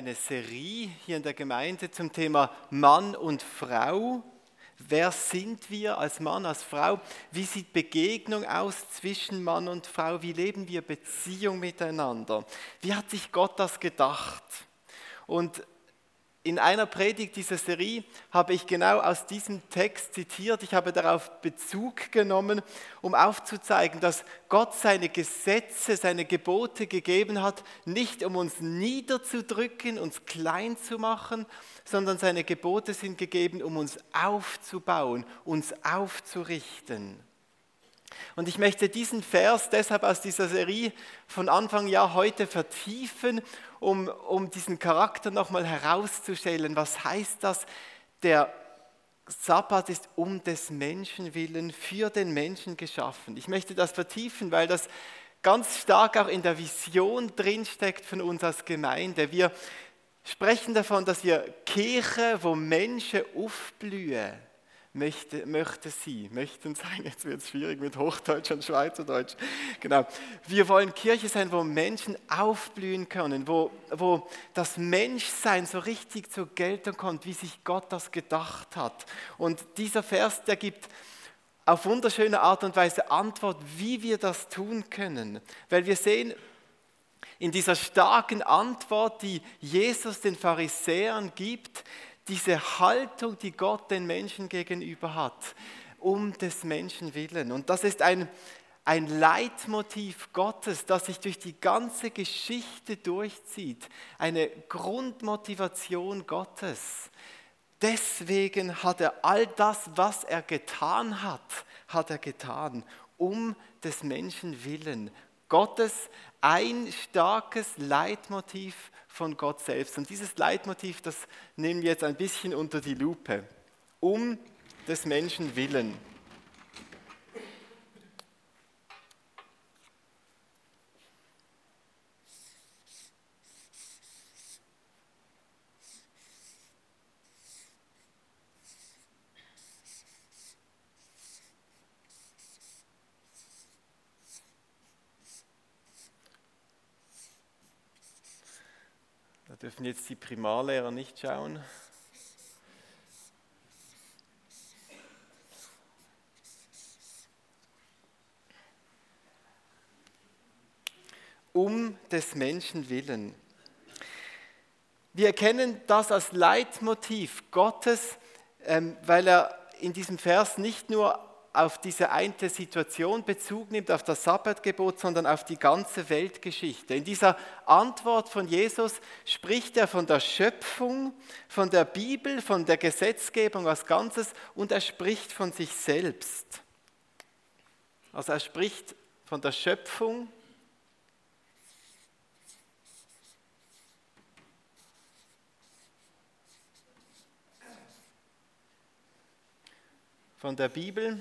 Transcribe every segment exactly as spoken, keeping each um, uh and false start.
eine Serie hier in der Gemeinde zum Thema Mann und Frau. Wer sind wir als Mann, als Frau? Wie sieht Begegnung aus zwischen Mann und Frau? Wie leben wir Beziehung miteinander? Wie hat sich Gott das gedacht? Und in einer Predigt dieser Serie habe ich genau aus diesem Text zitiert. Ich habe darauf Bezug genommen, um aufzuzeigen, dass Gott seine Gesetze, seine Gebote gegeben hat, nicht um uns niederzudrücken, uns klein zu machen, sondern seine Gebote sind gegeben, um uns aufzubauen, uns aufzurichten. Und ich möchte diesen Vers deshalb aus dieser Serie von Anfang Jahr heute vertiefen, um, um diesen Charakter nochmal herauszustellen. Was heißt das? Der Sabbat ist um des Menschen willen, für den Menschen geschaffen. Ich möchte das vertiefen, weil das ganz stark auch in der Vision drinsteckt von uns als Gemeinde. Wir sprechen davon, dass wir Kirche, wo Menschen aufblühen, Möchte, möchte sie, möchten sein, jetzt wird es schwierig mit Hochdeutsch und Schweizerdeutsch. Genau. Wir wollen Kirche sein, wo Menschen aufblühen können, wo, wo das Menschsein so richtig zur Geltung kommt, wie sich Gott das gedacht hat. Und dieser Vers, der gibt auf wunderschöne Art und Weise Antwort, wie wir das tun können. Weil wir sehen in dieser starken Antwort, die Jesus den Pharisäern gibt, diese Haltung, die Gott den Menschen gegenüber hat, um des Menschen willen. Und das ist ein, ein Leitmotiv Gottes, das sich durch die ganze Geschichte durchzieht. Eine Grundmotivation Gottes. Deswegen hat er all das, was er getan hat, hat er getan, um des Menschen willen. Gottes ein starkes Leitmotiv von Gott selbst. Und dieses Leitmotiv, das nehmen wir jetzt ein bisschen unter die Lupe. Um des Menschen willen. Da dürfen jetzt die Primarlehrer nicht schauen. Um des Menschen willen. Wir erkennen das als Leitmotiv Gottes, weil er in diesem Vers nicht nur auf diese eine Situation Bezug nimmt, auf das Sabbatgebot, sondern auf die ganze Weltgeschichte. In dieser Antwort von Jesus spricht er von der Schöpfung, von der Bibel, von der Gesetzgebung als Ganzes und er spricht von sich selbst. Also er spricht von der Schöpfung, von der Bibel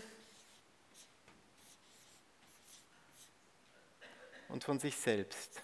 und von sich selbst.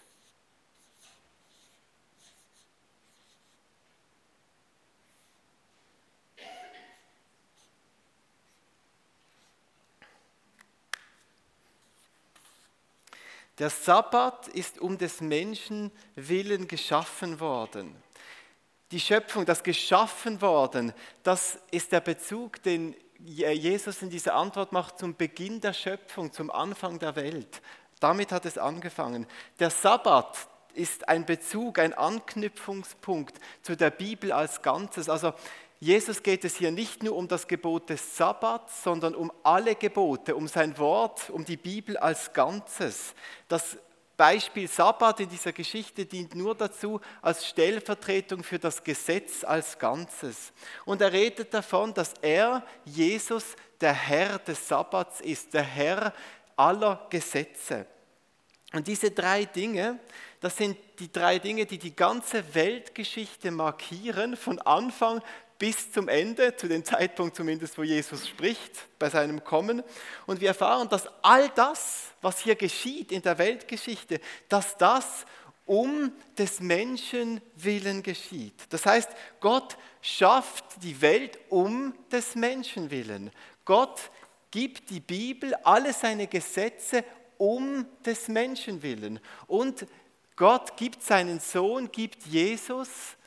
Der Sabbat ist um des Menschen willen geschaffen worden. Die Schöpfung, das geschaffen worden, das ist der Bezug, den Jesus in dieser Antwort macht zum Beginn der Schöpfung, zum Anfang der Welt. Damit hat es angefangen. Der Sabbat ist ein Bezug, ein Anknüpfungspunkt zu der Bibel als Ganzes. Also Jesus geht es hier nicht nur um das Gebot des Sabbats, sondern um alle Gebote, um sein Wort, um die Bibel als Ganzes. Das Beispiel Sabbat in dieser Geschichte dient nur dazu als Stellvertretung für das Gesetz als Ganzes. Und er redet davon, dass er, Jesus, der Herr des Sabbats ist, der Herr aller Gesetze. Und diese drei Dinge, das sind die drei Dinge, die die ganze Weltgeschichte markieren, von Anfang bis zum Ende, zu dem Zeitpunkt zumindest, wo Jesus spricht, bei seinem Kommen. Und wir erfahren, dass all das, was hier geschieht in der Weltgeschichte, dass das um des Menschen willen geschieht. Das heißt, Gott schafft die Welt um des Menschen willen. Gott gibt die Bibel, alle seine Gesetze um des Menschen willen. Und Gott gibt seinen Sohn, gibt Jesus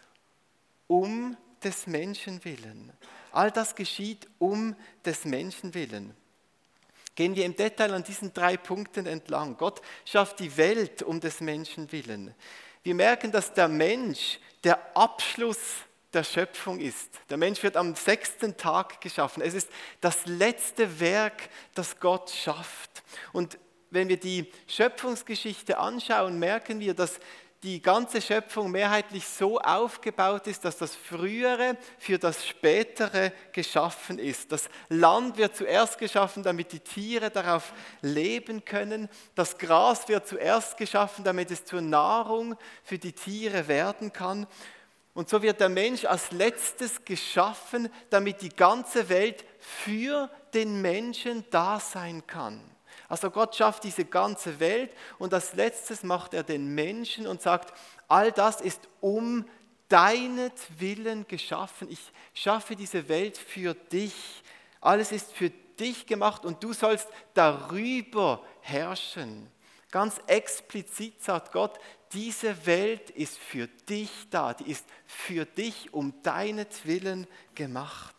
um des Menschen willen. All das geschieht um des Menschen willen. Gehen wir im Detail an diesen drei Punkten entlang. Gott schafft die Welt um des Menschen willen. Wir merken, dass der Mensch der Abschluss der Schöpfung ist. Der Mensch wird am sechsten Tag geschaffen. Es ist das letzte Werk, das Gott schafft. Und wenn wir die Schöpfungsgeschichte anschauen, merken wir, dass die ganze Schöpfung mehrheitlich so aufgebaut ist, dass das Frühere für das Spätere geschaffen ist. Das Land wird zuerst geschaffen, damit die Tiere darauf leben können. Das Gras wird zuerst geschaffen, damit es zur Nahrung für die Tiere werden kann. Und so wird der Mensch als letztes geschaffen, damit die ganze Welt für den Menschen da sein kann. Also Gott schafft diese ganze Welt und als letztes macht er den Menschen und sagt, all das ist um deinetwillen geschaffen. Ich schaffe diese Welt für dich. Alles ist für dich gemacht und du sollst darüber herrschen. Ganz explizit sagt Gott, diese Welt ist für dich da, die ist für dich um deinetwillen gemacht.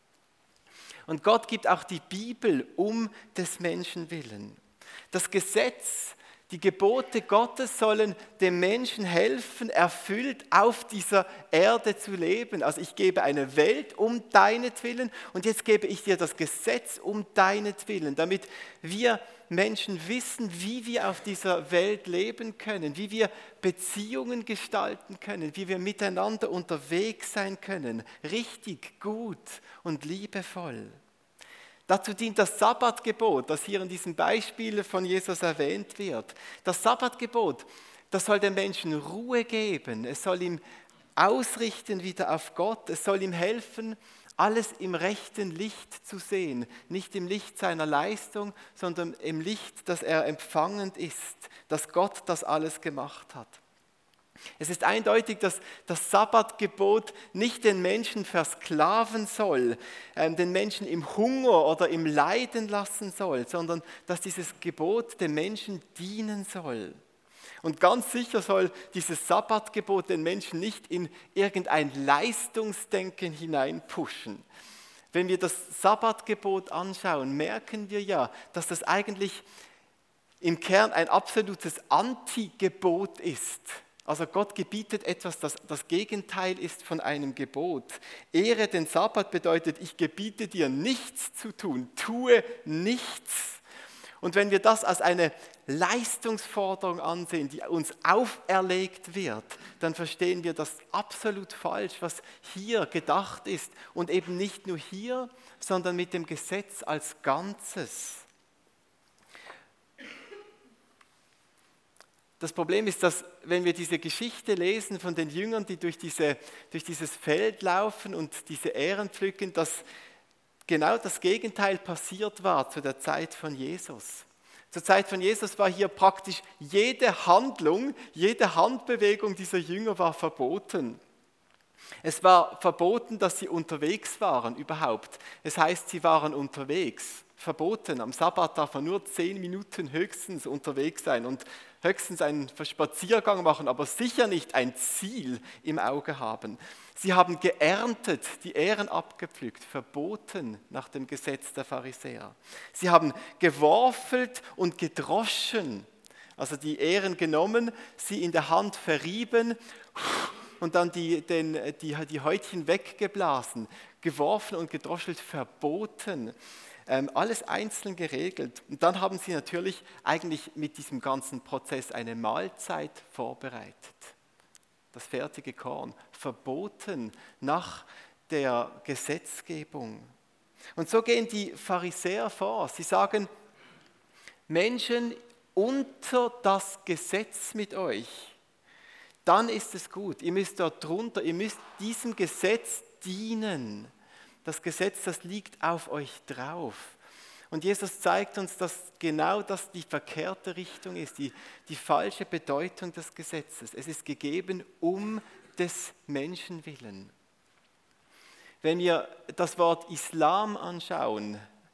Und Gott gibt auch die Bibel um des Menschen willen. Das Gesetz, die Gebote Gottes sollen dem Menschen helfen, erfüllt auf dieser Erde zu leben. Also ich gebe eine Welt um deinetwillen und jetzt gebe ich dir das Gesetz um deinetwillen, damit wir Menschen wissen, wie wir auf dieser Welt leben können, wie wir Beziehungen gestalten können, wie wir miteinander unterwegs sein können, richtig, gut und liebevoll. Dazu dient das Sabbatgebot, das hier in diesem Beispiel von Jesus erwähnt wird. Das Sabbatgebot, das soll dem Menschen Ruhe geben, es soll ihm ausrichten wieder auf Gott, es soll ihm helfen, alles im rechten Licht zu sehen, nicht im Licht seiner Leistung, sondern im Licht, das er empfangend ist, dass Gott das alles gemacht hat. Es ist eindeutig, dass das Sabbatgebot nicht den Menschen versklaven soll, ähm, den Menschen im Hunger oder im Leiden lassen soll, sondern dass dieses Gebot dem Menschen dienen soll. Und ganz sicher soll dieses Sabbatgebot den Menschen nicht in irgendein Leistungsdenken hineinpushen. Wenn wir das Sabbatgebot anschauen, merken wir ja, dass das eigentlich im Kern ein absolutes Antigebot ist. Also Gott gebietet etwas, das das Gegenteil ist von einem Gebot. Ehre den Sabbat bedeutet, ich gebiete dir nichts zu tun, tue nichts. Und wenn wir das als eine Leistungsforderung ansehen, die uns auferlegt wird, dann verstehen wir das absolut falsch, was hier gedacht ist. Und eben nicht nur hier, sondern mit dem Gesetz als Ganzes. Das Problem ist, dass wenn wir diese Geschichte lesen von den Jüngern, die durch, diese, durch dieses Feld laufen und diese Ähren pflücken, dass genau das Gegenteil passiert war zu der Zeit von Jesus. Zur Zeit von Jesus war hier praktisch jede Handlung, jede Handbewegung dieser Jünger war verboten. Es war verboten, dass sie unterwegs waren überhaupt. Es heißt, sie waren unterwegs. Verboten. Am Sabbat darf man nur zehn Minuten höchstens unterwegs sein und höchstens einen Spaziergang machen, aber sicher nicht ein Ziel im Auge haben. Sie haben geerntet, die Ähren abgepflückt, verboten nach dem Gesetz der Pharisäer. Sie haben geworfelt und gedroschen, also die Ähren genommen, sie in der Hand verrieben und dann die, den, die, die Häutchen weggeblasen, geworfen und gedroschelt, verboten. Ähm, alles einzeln geregelt. Und dann haben sie natürlich eigentlich mit diesem ganzen Prozess eine Mahlzeit vorbereitet. Das fertige Korn, verboten nach der Gesetzgebung. Und so gehen die Pharisäer vor. Sie sagen, Menschen unter das Gesetz mit euch, dann ist es gut. Ihr müsst dort drunter, ihr müsst diesem Gesetz dienen. Das Gesetz, das liegt auf euch drauf. Und Jesus zeigt uns, dass genau das die verkehrte Richtung ist, die, die falsche Bedeutung des Gesetzes. Es ist gegeben um des Menschen willen. Wenn wir das Wort Islam anschauen,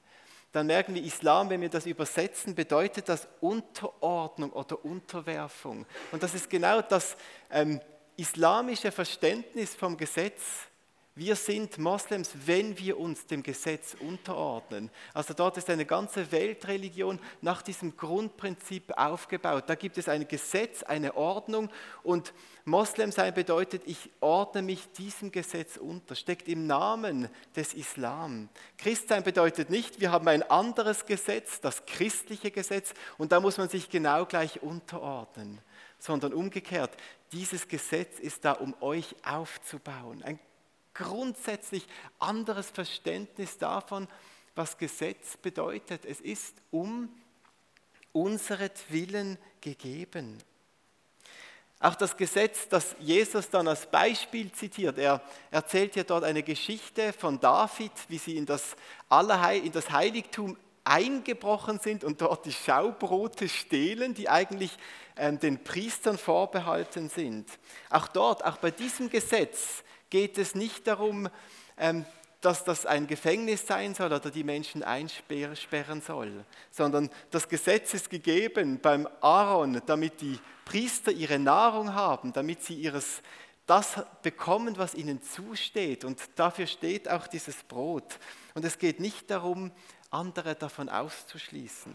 dann merken wir, Islam, wenn wir das übersetzen, bedeutet das Unterordnung oder Unterwerfung. Und das ist genau das ähm, islamische Verständnis vom Gesetz. Wir sind Moslems, wenn wir uns dem Gesetz unterordnen. Also dort ist eine ganze Weltreligion nach diesem Grundprinzip aufgebaut. Da gibt es ein Gesetz, eine Ordnung und Moslem sein bedeutet, ich ordne mich diesem Gesetz unter, steckt im Namen des Islam. Christsein bedeutet nicht, wir haben ein anderes Gesetz, das christliche Gesetz und da muss man sich genau gleich unterordnen, sondern umgekehrt, dieses Gesetz ist da, um euch aufzubauen. Ein grundsätzlich anderes Verständnis davon, was Gesetz bedeutet. Es ist um unseretwillen gegeben. Auch das Gesetz, das Jesus dann als Beispiel zitiert, er erzählt ja dort eine Geschichte von David, wie sie in das, Allerheil, in das Heiligtum eingebrochen sind und dort die Schaubrote stehlen, die eigentlich ähm, den Priestern vorbehalten sind. Auch dort, auch bei diesem Gesetz, geht es nicht darum, dass das ein Gefängnis sein soll oder die Menschen einsperren soll, sondern das Gesetz ist gegeben beim Aaron, damit die Priester ihre Nahrung haben, damit sie ihres, das bekommen, was ihnen zusteht. Und dafür steht auch dieses Brot. Und es geht nicht darum, andere davon auszuschließen.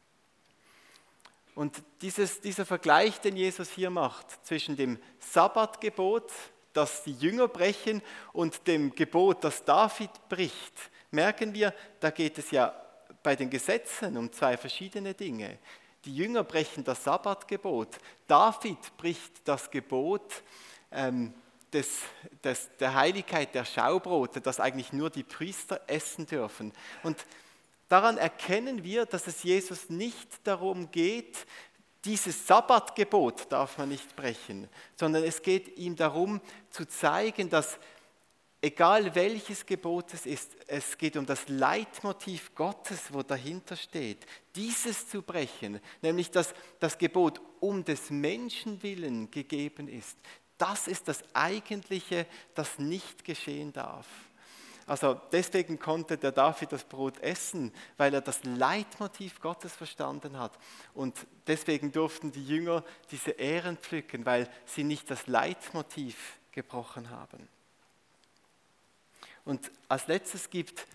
Und dieses, dieser Vergleich, den Jesus hier macht zwischen dem Sabbatgebot, das die Jünger brechen, und dem Gebot, das David bricht, merken wir, da geht es ja bei den Gesetzen um zwei verschiedene Dinge. Die Jünger brechen das Sabbatgebot, David bricht das Gebot ähm, des, des, der Heiligkeit der Schaubrote, das eigentlich nur die Priester essen dürfen. Und daran erkennen wir, dass es Jesus nicht darum geht, dieses Sabbatgebot darf man nicht brechen, sondern es geht ihm darum zu zeigen, dass egal welches Gebot es ist, es geht um das Leitmotiv Gottes, wo dahinter steht, dieses zu brechen, nämlich dass das Gebot um des Menschen willen gegeben ist. Das ist das Eigentliche, das nicht geschehen darf. Also deswegen konnte der David das Brot essen, weil er das Leitmotiv Gottes verstanden hat. Und deswegen durften die Jünger diese Ähren pflücken, weil sie nicht das Leitmotiv gebrochen haben. Und als letztes gibt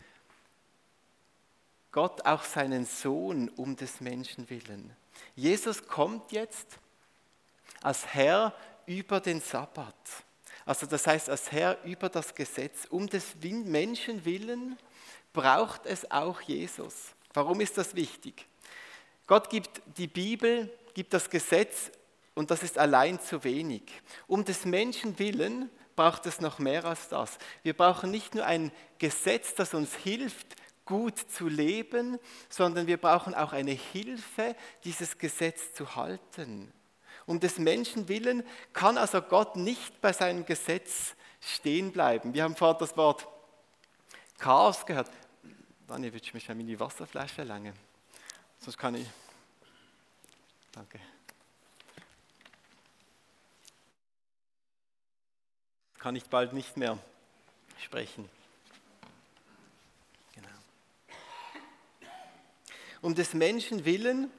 Gott auch seinen Sohn um des Menschen willen. Jesus kommt jetzt als Herr über den Sabbat. Also das heißt, als Herr über das Gesetz, um des Menschen willen braucht es auch Jesus. Warum ist das wichtig? Gott gibt die Bibel, gibt das Gesetz und das ist allein zu wenig. Um des Menschen willen braucht es noch mehr als das. Wir brauchen nicht nur ein Gesetz, das uns hilft, gut zu leben, sondern wir brauchen auch eine Hilfe, dieses Gesetz zu halten. Um des Menschen willen kann also Gott nicht bei seinem Gesetz stehen bleiben. Wir haben vorhin das Wort Chaos gehört. Daniel, willst du mir schon meine Wasserflasche lange? Sonst kann ich... Danke. Kann ich bald nicht mehr sprechen. Genau. Um des Menschen willen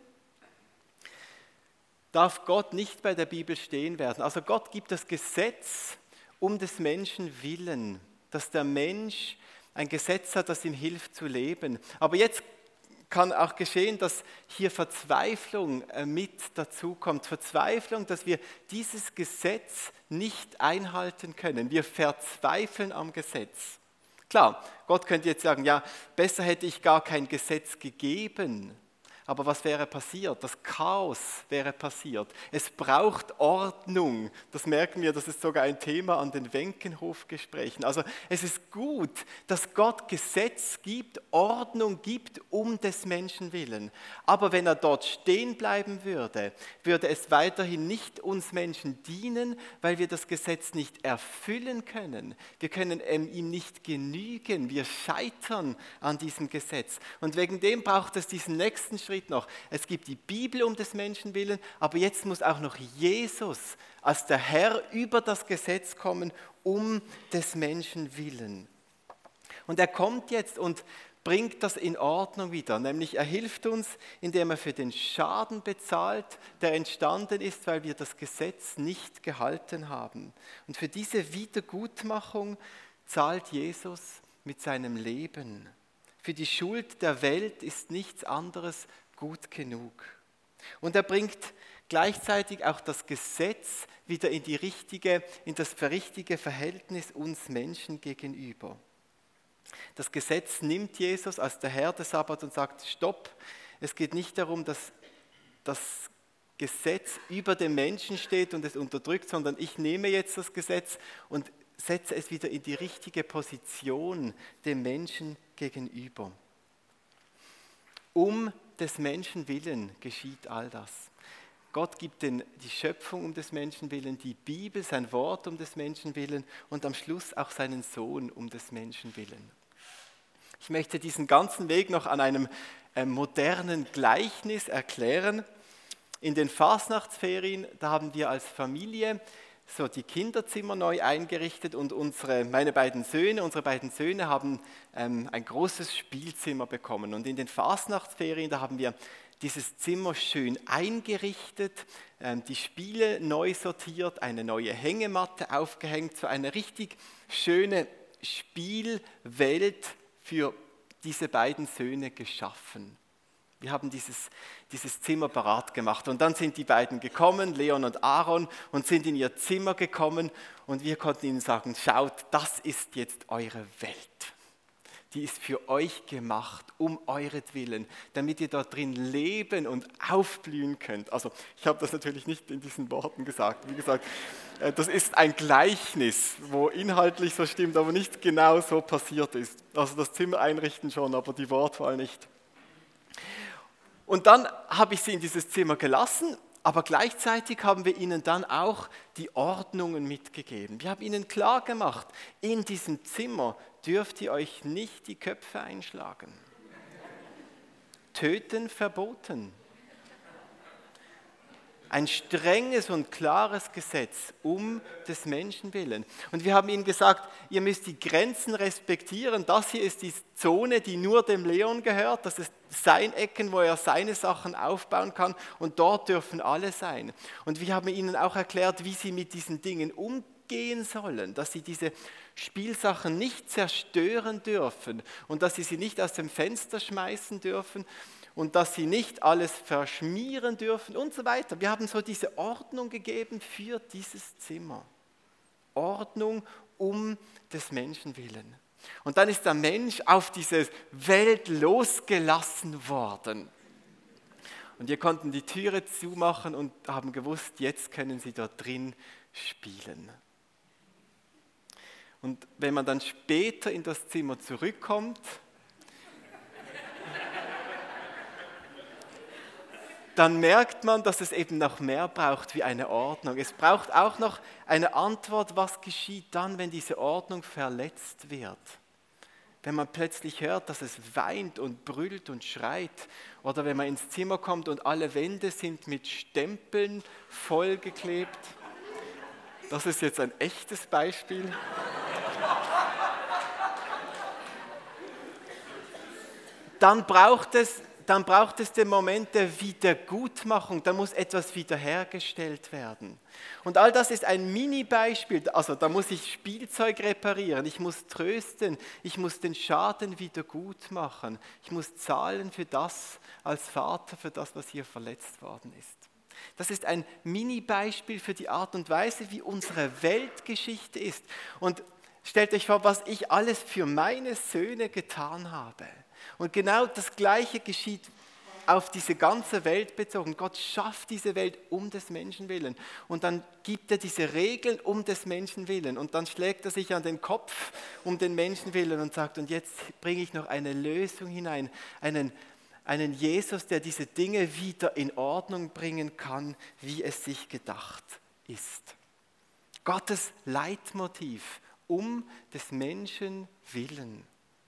darf Gott nicht bei der Bibel stehen werden. Also Gott gibt das Gesetz um des Menschen willen, dass der Mensch ein Gesetz hat, das ihm hilft zu leben. Aber jetzt kann auch geschehen, dass hier Verzweiflung mit dazukommt. Verzweiflung, dass wir dieses Gesetz nicht einhalten können. Wir verzweifeln am Gesetz. Klar, Gott könnte jetzt sagen, ja, besser hätte ich gar kein Gesetz gegeben. Aber was wäre passiert? Das Chaos wäre passiert. Es braucht Ordnung. Das merken wir, das ist sogar ein Thema an den Wenkenhofgesprächen. Also es ist gut, dass Gott Gesetz gibt, Ordnung gibt, um des Menschen willen. Aber wenn er dort stehen bleiben würde, würde es weiterhin nicht uns Menschen dienen, weil wir das Gesetz nicht erfüllen können. Wir können ihm nicht genügen. Wir scheitern an diesem Gesetz. Und wegen dem braucht es diesen nächsten Schritt noch. Es gibt die Bibel um des Menschen willen, aber jetzt muss auch noch Jesus als der Herr über das Gesetz kommen, um des Menschen willen. Und er kommt jetzt und bringt das in Ordnung wieder, nämlich er hilft uns, indem er für den Schaden bezahlt, der entstanden ist, weil wir das Gesetz nicht gehalten haben. Und für diese Wiedergutmachung zahlt Jesus mit seinem Leben. Für die Schuld der Welt ist nichts anderes gut genug. Und er bringt gleichzeitig auch das Gesetz wieder in die richtige, in das richtige Verhältnis uns Menschen gegenüber. Das Gesetz nimmt Jesus als der Herr des Sabbat und sagt, stopp, es geht nicht darum, dass das Gesetz über dem Menschen steht und es unterdrückt, sondern ich nehme jetzt das Gesetz und setze es wieder in die richtige Position dem Menschen gegenüber. Um des Menschen willen geschieht all das. Gott gibt den, die Schöpfung um des Menschen willen, die Bibel, sein Wort um des Menschen willen und am Schluss auch seinen Sohn um des Menschen willen. Ich möchte diesen ganzen Weg noch an einem äh, modernen Gleichnis erklären. In den Fastnachtsferien, da haben wir als Familie so die Kinderzimmer neu eingerichtet und unsere, meine beiden Söhne, unsere beiden Söhne haben ähm, ein großes Spielzimmer bekommen. Und in den Fastnachtsferien, da haben wir dieses Zimmer schön eingerichtet, ähm, die Spiele neu sortiert, eine neue Hängematte aufgehängt, so eine richtig schöne Spielwelt für diese beiden Söhne geschaffen. Wir haben dieses, dieses Zimmer parat gemacht und dann sind die beiden gekommen, Leon und Aaron, und sind in ihr Zimmer gekommen und wir konnten ihnen sagen, schaut, das ist jetzt eure Welt. Die ist für euch gemacht, um euretwillen, damit ihr dort drin leben und aufblühen könnt. Also ich habe das natürlich nicht in diesen Worten gesagt. Wie gesagt, das ist ein Gleichnis, wo inhaltlich so stimmt, aber nicht genau so passiert ist. Also das Zimmer einrichten schon, aber die Wortwahl nicht. Und dann habe ich sie in dieses Zimmer gelassen, aber gleichzeitig haben wir ihnen dann auch die Ordnungen mitgegeben. Wir haben ihnen klar gemacht, in diesem Zimmer dürft ihr euch nicht die Köpfe einschlagen. Töten verboten. Ein strenges und klares Gesetz um des Menschen willen. Und wir haben ihnen gesagt, ihr müsst die Grenzen respektieren. Das hier ist die Zone, die nur dem Leon gehört. Das ist sein Ecken, wo er seine Sachen aufbauen kann. Und dort dürfen alle sein. Und wir haben ihnen auch erklärt, wie sie mit diesen Dingen umgehen sollen. Dass sie diese Spielsachen nicht zerstören dürfen. Und dass sie sie nicht aus dem Fenster schmeißen dürfen. Und dass sie nicht alles verschmieren dürfen und so weiter. Wir haben so diese Ordnung gegeben für dieses Zimmer. Ordnung um des Menschen willen. Und dann ist der Mensch auf diese Welt losgelassen worden. Und wir konnten die Türe zumachen und haben gewusst, jetzt können sie dort drin spielen. Und wenn man dann später in das Zimmer zurückkommt, dann merkt man, dass es eben noch mehr braucht wie eine Ordnung. Es braucht auch noch eine Antwort, was geschieht dann, wenn diese Ordnung verletzt wird. Wenn man plötzlich hört, dass es weint und brüllt und schreit. Oder wenn man ins Zimmer kommt und alle Wände sind mit Stempeln vollgeklebt. Das ist jetzt ein echtes Beispiel. Dann braucht es Dann braucht es den Moment der Wiedergutmachung, da muss etwas wiederhergestellt werden. Und all das ist ein Mini-Beispiel, also da muss ich Spielzeug reparieren, ich muss trösten, ich muss den Schaden wiedergutmachen, ich muss zahlen für das als Vater, für das, was hier verletzt worden ist. Das ist ein Mini-Beispiel für die Art und Weise, wie unsere Weltgeschichte ist. Und stellt euch vor, was ich alles für meine Söhne getan habe. Und genau das Gleiche geschieht auf diese ganze Welt bezogen. Gott schafft diese Welt um des Menschen willen. Und dann gibt er diese Regeln um des Menschen willen. Und dann schlägt er sich an den Kopf um den Menschen willen und sagt, und jetzt bringe ich noch eine Lösung hinein. Einen, einen Jesus, der diese Dinge wieder in Ordnung bringen kann, wie es sich gedacht ist. Gottes Leitmotiv um des Menschen willen.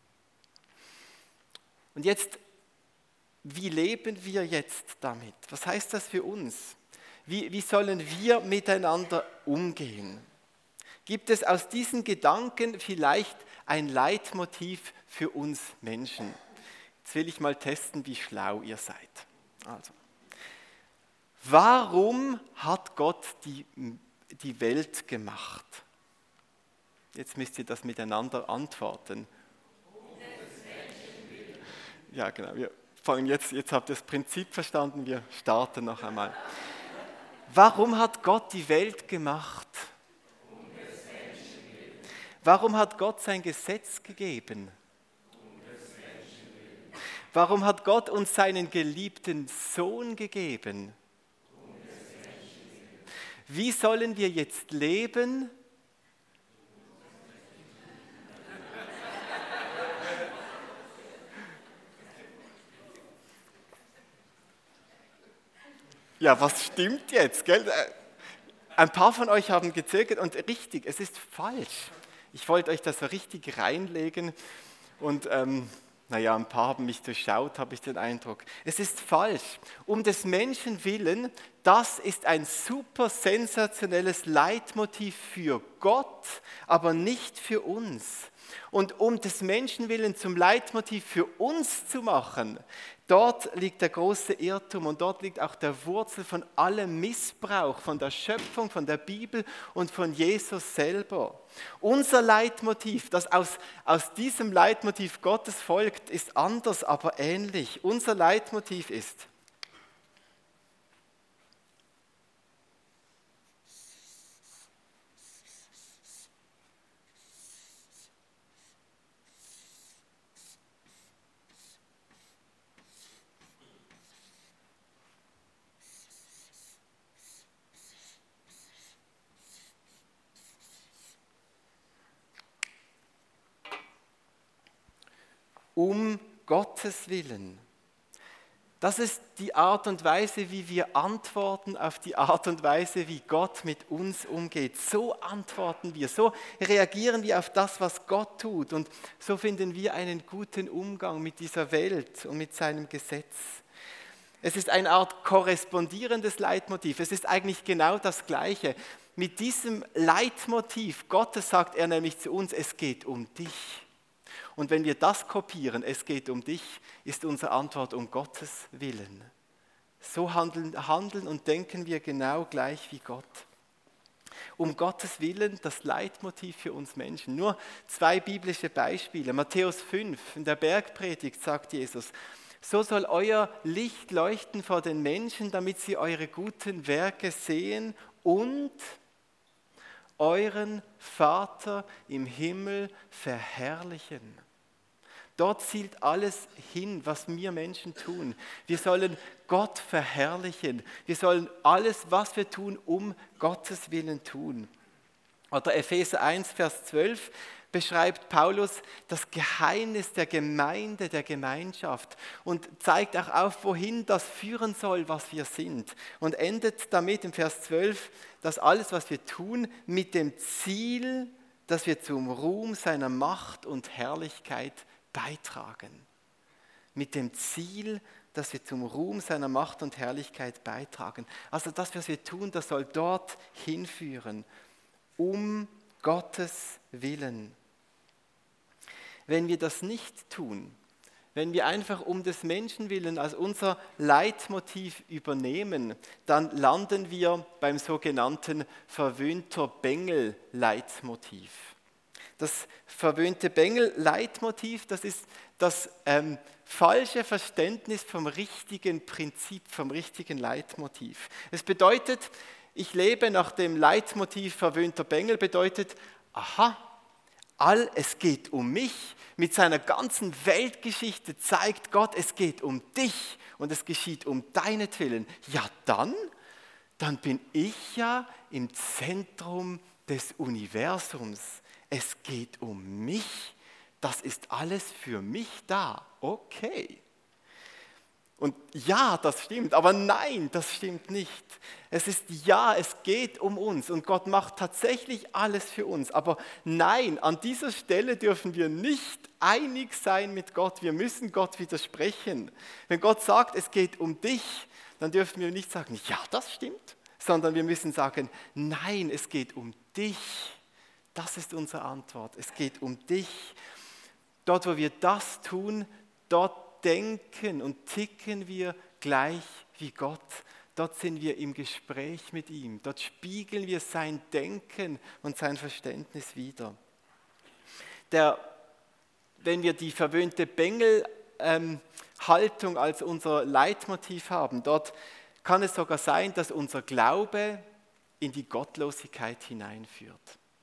Und jetzt, wie leben wir jetzt damit? Was heißt das für uns? Wie, wie sollen wir miteinander umgehen? Gibt es aus diesen Gedanken vielleicht ein Leitmotiv für uns Menschen. Jetzt will ich mal testen, wie schlau ihr seid. Also, warum hat Gott die, die Welt gemacht? Jetzt müsst ihr das miteinander antworten. Ja, genau. Wir fangen jetzt, jetzt habt ihr das Prinzip verstanden, wir starten noch einmal. Warum hat Gott die Welt gemacht? Warum hat Gott sein Gesetz gegeben? Warum hat Gott uns seinen geliebten Sohn gegeben? Wie sollen wir jetzt leben? Ja, was stimmt jetzt? Gell? Ein paar von euch haben gezögert und richtig, es ist falsch. Ich wollte euch das so richtig reinlegen und ähm, naja, ein paar haben mich durchschaut, habe ich den Eindruck. Es ist falsch. Um des Menschen willen, das ist ein super sensationelles Leitmotiv für Gott, aber nicht für uns. Und um des Menschen willen zum Leitmotiv für uns zu machen, dort liegt der große Irrtum und dort liegt auch der Wurzel von allem Missbrauch, von der Schöpfung, von der Bibel und von Jesus selber. Unser Leitmotiv, das aus, aus diesem Leitmotiv Gottes folgt, ist anders, aber ähnlich. Unser Leitmotiv ist: um Gottes Willen. Das ist die Art und Weise, wie wir antworten auf die Art und Weise, wie Gott mit uns umgeht. So antworten wir, so reagieren wir auf das, was Gott tut. Und so finden wir einen guten Umgang mit dieser Welt und mit seinem Gesetz. Es ist eine Art korrespondierendes Leitmotiv. Es ist eigentlich genau das Gleiche. Mit diesem Leitmotiv Gottes sagt er nämlich zu uns, es geht um dich. Und wenn wir das kopieren, es geht um dich, ist unsere Antwort um Gottes Willen. So handeln, handeln und denken wir genau gleich wie Gott. Um Gottes Willen das Leitmotiv für uns Menschen. Nur zwei biblische Beispiele. Matthäus fünf, in der Bergpredigt sagt Jesus: So soll euer Licht leuchten vor den Menschen, damit sie eure guten Werke sehen und euren Vater im Himmel verherrlichen. Dort zielt alles hin, was wir Menschen tun. Wir sollen Gott verherrlichen. Wir sollen alles, was wir tun, um Gottes Willen tun. Oder Epheser eins, Vers zwölf beschreibt Paulus das Geheimnis der Gemeinde, der Gemeinschaft und zeigt auch auf, wohin das führen soll, was wir sind. Und endet damit im Vers zwölf, dass alles, was wir tun, mit dem Ziel, dass wir zum Ruhm seiner Macht und Herrlichkeit beitragen. Mit dem Ziel, dass wir zum Ruhm seiner Macht und Herrlichkeit beitragen. Also das, was wir tun, das soll dort hinführen, um Gottes Willen. Wenn wir das nicht tun, wenn wir einfach um des Menschen willen als unser Leitmotiv übernehmen, dann landen wir beim sogenannten verwöhnter Bengel-Leitmotiv. Das verwöhnte Bengel-Leitmotiv, das ist das ähm, falsche Verständnis vom richtigen Prinzip, vom richtigen Leitmotiv. Es bedeutet, ich lebe nach dem Leitmotiv verwöhnter Bengel, bedeutet, aha, all, es geht um mich. Mit seiner ganzen Weltgeschichte zeigt Gott, es geht um dich und es geschieht um deinetwillen. Ja dann, dann bin ich ja im Zentrum des Universums. Es geht um mich. Das ist alles für mich da. Okay. Und ja, das stimmt, aber nein, das stimmt nicht. Es ist ja, es geht um uns und Gott macht tatsächlich alles für uns. Aber nein, an dieser Stelle dürfen wir nicht einig sein mit Gott. Wir müssen Gott widersprechen. Wenn Gott sagt, es geht um dich, dann dürfen wir nicht sagen, ja, das stimmt, sondern wir müssen sagen, nein, es geht um dich. Das ist unsere Antwort. Es geht um dich. Dort, wo wir das tun, dort denken und ticken wir gleich wie Gott. Dort sind wir im Gespräch mit ihm. Dort spiegeln wir sein Denken und sein Verständnis wider. Der, wenn wir die verwöhnte Bengelhaltung ähm, als unser Leitmotiv haben, dort kann es sogar sein, dass unser Glaube in die Gottlosigkeit hineinführt.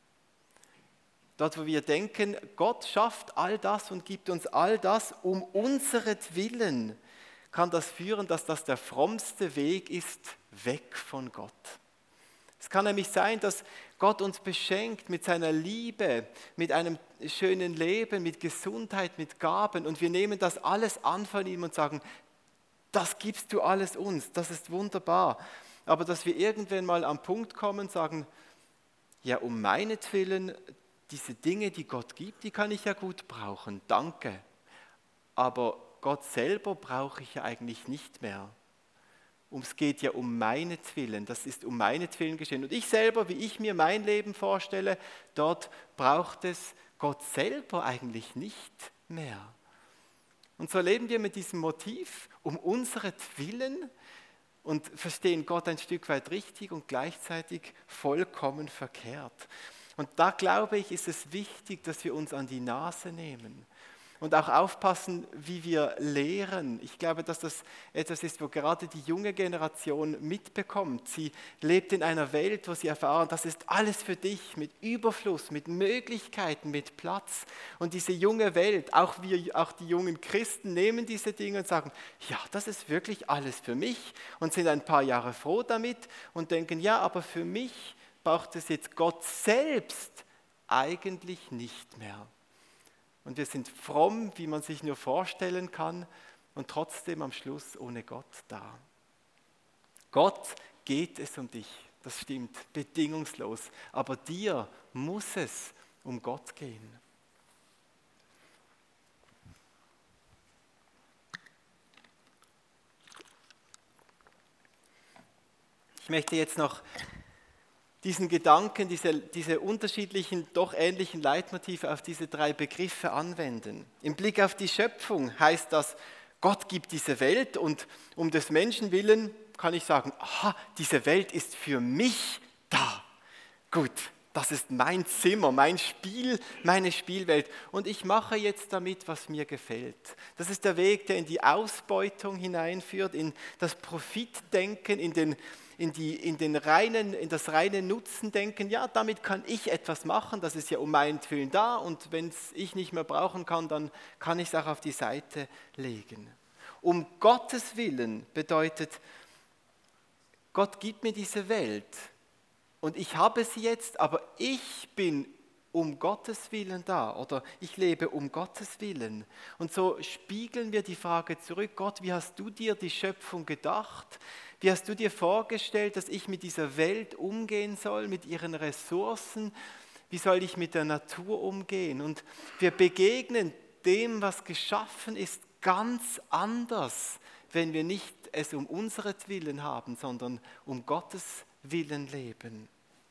Dort, wo wir denken, Gott schafft all das und gibt uns all das um unseretwillen, kann das führen, dass das der frommste Weg ist, weg von Gott. Es kann nämlich sein, dass Gott uns beschenkt mit seiner Liebe, mit einem schönen Leben, mit Gesundheit, mit Gaben und wir nehmen das alles an von ihm und sagen, das gibst du alles uns, das ist wunderbar. Aber dass wir irgendwann mal am Punkt kommen und sagen, ja, um meinetwillen, diese Dinge, die Gott gibt, die kann ich ja gut brauchen, danke. Aber Gott selber brauche ich ja eigentlich nicht mehr. Es geht ja um meinetwillen, das ist um meinetwillen geschehen. Und ich selber, wie ich mir mein Leben vorstelle, dort braucht es Gott selber eigentlich nicht mehr. Und so leben wir mit diesem Motiv um unseretwillen und verstehen Gott ein Stück weit richtig und gleichzeitig vollkommen verkehrt. Und da glaube ich, ist es wichtig, dass wir uns an die Nase nehmen und auch aufpassen, wie wir lehren. Ich glaube, dass das etwas ist, wo gerade die junge Generation mitbekommt. Sie lebt in einer Welt, wo sie erfahren, das ist alles für dich, mit Überfluss, mit Möglichkeiten, mit Platz. Und diese junge Welt, auch wir, auch die jungen Christen, nehmen diese Dinge und sagen, ja, das ist wirklich alles für mich und sind ein paar Jahre froh damit und denken, ja, aber für mich braucht es jetzt Gott selbst eigentlich nicht mehr. Und wir sind fromm, wie man sich nur vorstellen kann und trotzdem am Schluss ohne Gott da. Gott geht es um dich, das stimmt, bedingungslos. Aber dir muss es um Gott gehen. Ich möchte jetzt noch diesen Gedanken, diese, diese unterschiedlichen, doch ähnlichen Leitmotive auf diese drei Begriffe anwenden. Im Blick auf die Schöpfung heißt das, Gott gibt diese Welt und um des Menschen willen kann ich sagen, aha, diese Welt ist für mich da. Gut, das ist mein Zimmer, mein Spiel, meine Spielwelt und ich mache jetzt damit, was mir gefällt. Das ist der Weg, der in die Ausbeutung hineinführt, in das Profitdenken, in den In, die, in, den reinen, in das reine Nutzendenken, ja, damit kann ich etwas machen, das ist ja um meinetwillen da und wenn es ich nicht mehr brauchen kann, dann kann ich es auch auf die Seite legen. Um Gottes Willen bedeutet, Gott gibt mir diese Welt und ich habe sie jetzt, aber ich bin um Gottes Willen da oder ich lebe um Gottes Willen. Und so spiegeln wir die Frage zurück, Gott, wie hast du dir die Schöpfung gedacht? Wie hast du dir vorgestellt, dass ich mit dieser Welt umgehen soll, mit ihren Ressourcen? Wie soll ich mit der Natur umgehen? Und wir begegnen dem, was geschaffen ist, ganz anders, wenn wir nicht es um unseretwillen haben, sondern um Gottes Willen leben.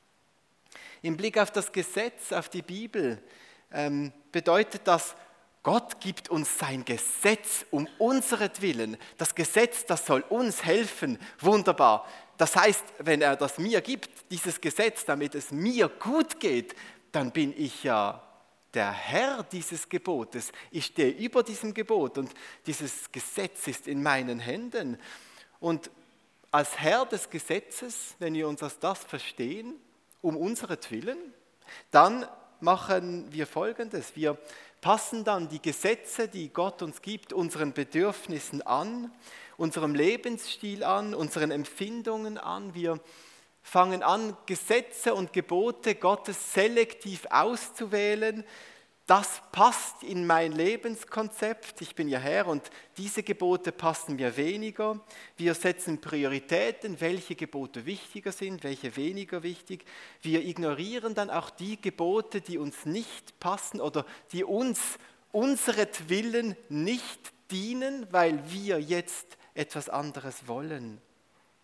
Im Blick auf das Gesetz, auf die Bibel, ähm, bedeutet das, Gott gibt uns sein Gesetz um unseretwillen. Das Gesetz, das soll uns helfen. Wunderbar. Das heißt, wenn er das mir gibt, dieses Gesetz, damit es mir gut geht, dann bin ich ja der Herr dieses Gebotes. Ich stehe über diesem Gebot und dieses Gesetz ist in meinen Händen. Und als Herr des Gesetzes, wenn wir uns als das verstehen, um unseretwillen, dann machen wir Folgendes. Wir passen dann die Gesetze, die Gott uns gibt, unseren Bedürfnissen an, unserem Lebensstil an, unseren Empfindungen an. Wir fangen an, Gesetze und Gebote Gottes selektiv auszuwählen. Das passt in mein Lebenskonzept. Ich bin ja Herr und diese Gebote passen mir weniger. Wir setzen Prioritäten, welche Gebote wichtiger sind, welche weniger wichtig. Wir ignorieren dann auch die Gebote, die uns nicht passen oder die uns unseretwillen nicht dienen, weil wir jetzt etwas anderes wollen.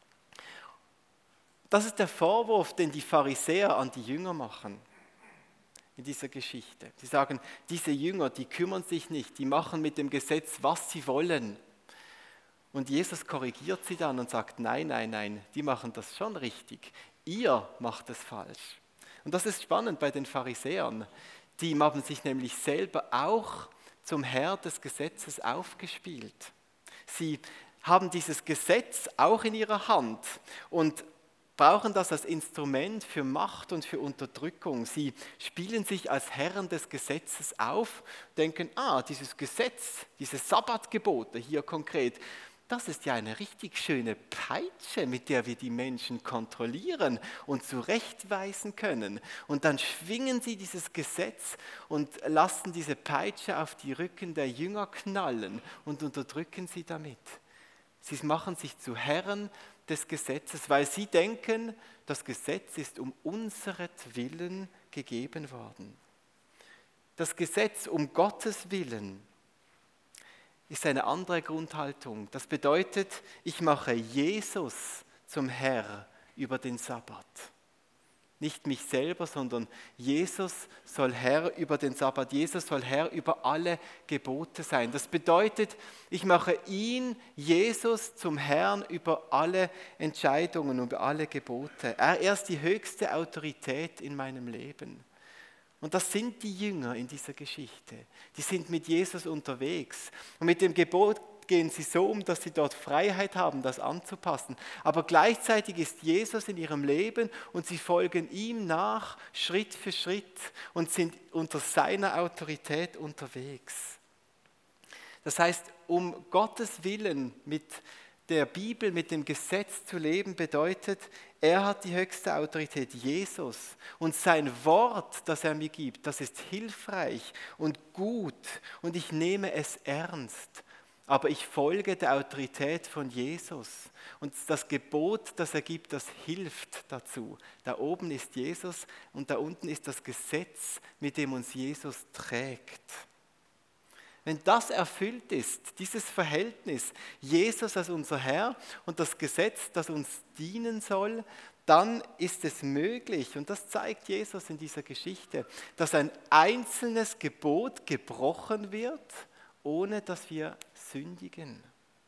Das ist der Vorwurf, den die Pharisäer an die Jünger machen. in dieser Geschichte. Sie sagen, diese Jünger, die kümmern sich nicht, die machen mit dem Gesetz, was sie wollen. Und Jesus korrigiert sie dann und sagt, nein, nein, nein, die machen das schon richtig. Ihr macht es falsch. Und das ist spannend bei den Pharisäern. Die haben sich nämlich selber auch zum Herr des Gesetzes aufgespielt. Sie haben dieses Gesetz auch in ihrer Hand und brauchen das als Instrument für Macht und für Unterdrückung. Sie spielen sich als Herren des Gesetzes auf, denken, ah, dieses Gesetz, diese Sabbatgebote hier konkret, das ist ja eine richtig schöne Peitsche, mit der wir die Menschen kontrollieren und zurechtweisen können. Und dann schwingen sie dieses Gesetz und lassen diese Peitsche auf die Rücken der Jünger knallen und unterdrücken sie damit. Sie machen sich zu Herren des Gesetzes, weil sie denken, das Gesetz ist um unseretwillen gegeben worden. Das Gesetz um Gottes Willen ist eine andere Grundhaltung. Das bedeutet, ich mache Jesus zum Herr über den Sabbat. Nicht mich selber, sondern Jesus soll Herr über den Sabbat. Jesus soll Herr über alle Gebote sein. Das bedeutet, ich mache ihn, Jesus, zum Herrn über alle Entscheidungen, über alle Gebote. Er, er ist die höchste Autorität in meinem Leben. Und das sind die Jünger in dieser Geschichte. Die sind mit Jesus unterwegs. Und mit dem Gebot gehen sie so um, dass sie dort Freiheit haben, das anzupassen. Aber gleichzeitig ist Jesus in ihrem Leben und sie folgen ihm nach, Schritt für Schritt und sind unter seiner Autorität unterwegs. Das heißt, um Gottes Willen mit der Bibel, mit dem Gesetz zu leben, bedeutet, er hat die höchste Autorität, Jesus. Und sein Wort, das er mir gibt, das ist hilfreich und gut und ich nehme es ernst. Aber ich folge der Autorität von Jesus. Und das Gebot, das er gibt, das hilft dazu. Da oben ist Jesus und da unten ist das Gesetz, mit dem uns Jesus trägt. Wenn das erfüllt ist, dieses Verhältnis, Jesus als unser Herr und das Gesetz, das uns dienen soll, dann ist es möglich, und das zeigt Jesus in dieser Geschichte, dass ein einzelnes Gebot gebrochen wird, ohne dass wir sündigen.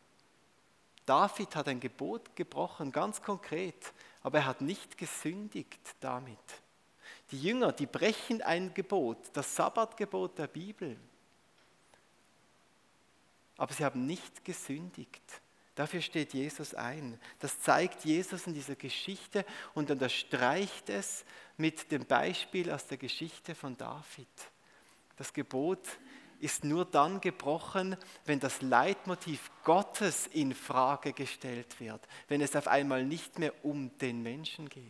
David hat ein Gebot gebrochen, ganz konkret, aber er hat nicht gesündigt damit. Die Jünger, die brechen ein Gebot, das Sabbatgebot der Bibel. Aber sie haben nicht gesündigt. Dafür steht Jesus ein. Das zeigt Jesus in dieser Geschichte und unterstreicht es mit dem Beispiel aus der Geschichte von David. Das Gebot ist nur dann gebrochen, wenn das Leitmotiv Gottes in Frage gestellt wird, wenn es auf einmal nicht mehr um den Menschen geht.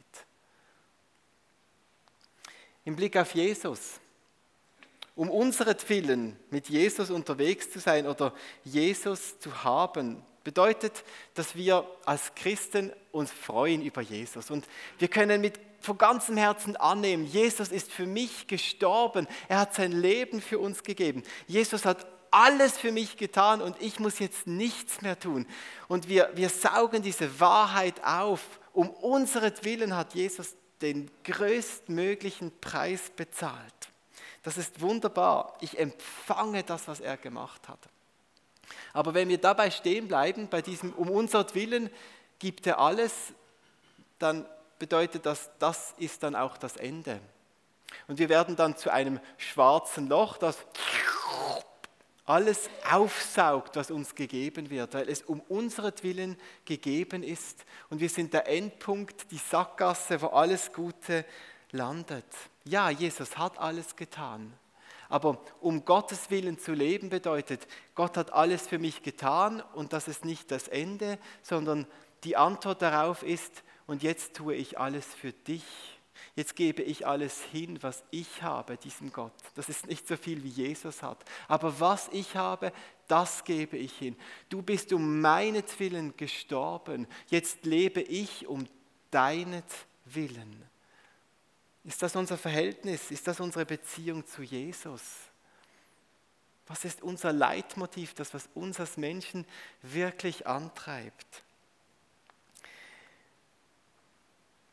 Im Blick auf Jesus. Um unseretwillen mit Jesus unterwegs zu sein oder Jesus zu haben, bedeutet, dass wir als Christen uns freuen über Jesus. Und wir können mit von ganzem Herzen annehmen, Jesus ist für mich gestorben. Er hat sein Leben für uns gegeben. Jesus hat alles für mich getan und ich muss jetzt nichts mehr tun. Und wir, wir saugen diese Wahrheit auf. Um unseretwillen hat Jesus den größtmöglichen Preis bezahlt. Das ist wunderbar. Ich empfange das, was er gemacht hat. Aber wenn wir dabei stehen bleiben, bei diesem um unseretwillen gibt er alles, dann bedeutet das, das ist dann auch das Ende. Und wir werden dann zu einem schwarzen Loch, das alles aufsaugt, was uns gegeben wird, weil es um unseretwillen gegeben ist. Und wir sind der Endpunkt, die Sackgasse, wo alles Gute landet. Ja, Jesus hat alles getan. Aber um Gottes Willen zu leben bedeutet, Gott hat alles für mich getan und das ist nicht das Ende, sondern die Antwort darauf ist, und jetzt tue ich alles für dich. Jetzt gebe ich alles hin, was ich habe, diesem Gott. Das ist nicht so viel, wie Jesus hat. Aber was ich habe, das gebe ich hin. Du bist um meinetwillen gestorben. Jetzt lebe ich um deinetwillen. Ist das unser Verhältnis? Ist das unsere Beziehung zu Jesus? Was ist unser Leitmotiv, das, was uns als Menschen wirklich antreibt?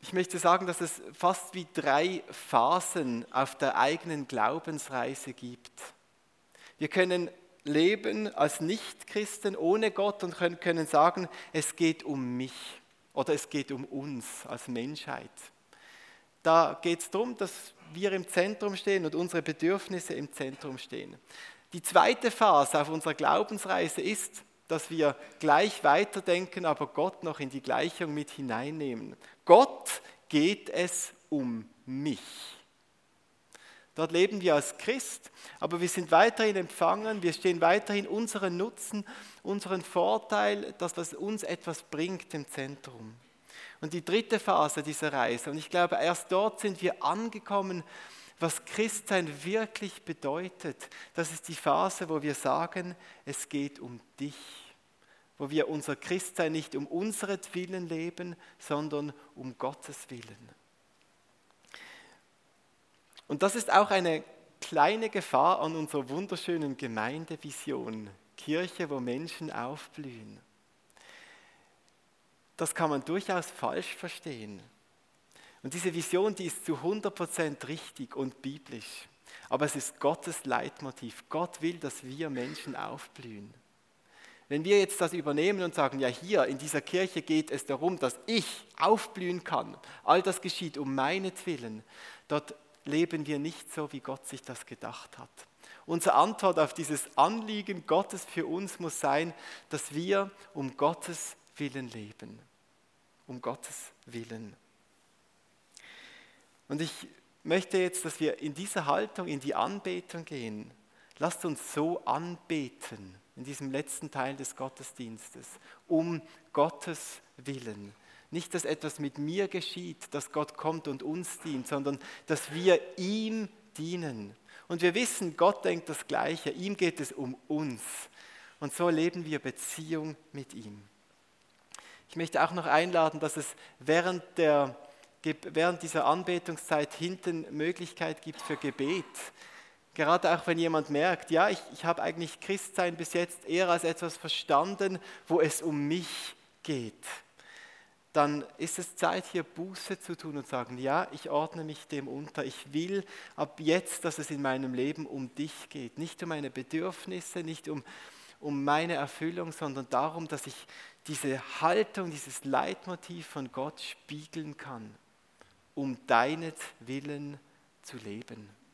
Ich möchte sagen, dass es fast wie drei Phasen auf der eigenen Glaubensreise gibt. Wir können leben als Nichtchristen ohne Gott und können, können sagen, es geht um mich oder es geht um uns als Menschheit. Da geht es darum, dass wir im Zentrum stehen und unsere Bedürfnisse im Zentrum stehen. Die zweite Phase auf unserer Glaubensreise ist, dass wir gleich weiterdenken, aber Gott noch in die Gleichung mit hineinnehmen. Gott geht es um mich. Dort leben wir als Christ, aber wir sind weiterhin empfangen, wir stehen weiterhin unseren Nutzen, unseren Vorteil, das, was uns etwas bringt, im Zentrum. Und die dritte Phase dieser Reise, und ich glaube, erst dort sind wir angekommen, was Christsein wirklich bedeutet. Das ist die Phase, wo wir sagen, es geht um dich. Wo wir unser Christsein nicht um unseretwillen leben, sondern um Gottes Willen. Und das ist auch eine kleine Gefahr an unserer wunderschönen Gemeindevision, Kirche, wo Menschen aufblühen. Das kann man durchaus falsch verstehen. Und diese Vision, die ist zu hundert Prozent richtig und biblisch. Aber es ist Gottes Leitmotiv. Gott will, dass wir Menschen aufblühen. Wenn wir jetzt das übernehmen und sagen, ja, hier in dieser Kirche geht es darum, dass ich aufblühen kann, all das geschieht um meinetwillen, dort leben wir nicht so, wie Gott sich das gedacht hat. Unsere Antwort auf dieses Anliegen Gottes für uns muss sein, dass wir um Gottes Willen leben. Um Gottes Willen. Und ich möchte jetzt, dass wir in dieser Haltung in die Anbetung gehen. Lasst uns so anbeten in diesem letzten Teil des Gottesdienstes, um Gottes Willen. Nicht, dass etwas mit mir geschieht, dass Gott kommt und uns dient, sondern dass wir ihm dienen. Und wir wissen, Gott denkt das Gleiche, ihm geht es um uns. Und so leben wir Beziehung mit ihm. Ich möchte auch noch einladen, dass es während, der, während dieser Anbetungszeit hinten Möglichkeit gibt für Gebet. Gerade auch wenn jemand merkt, ja, ich, ich habe eigentlich Christsein bis jetzt eher als etwas verstanden, wo es um mich geht. Dann ist es Zeit, hier Buße zu tun und sagen, ja, ich ordne mich dem unter. Ich will ab jetzt, dass es in meinem Leben um dich geht. Nicht um meine Bedürfnisse, nicht um, um meine Erfüllung, sondern darum, dass ich diese Haltung, dieses Leitmotiv von Gott spiegeln kann, um deinetwillen zu leben.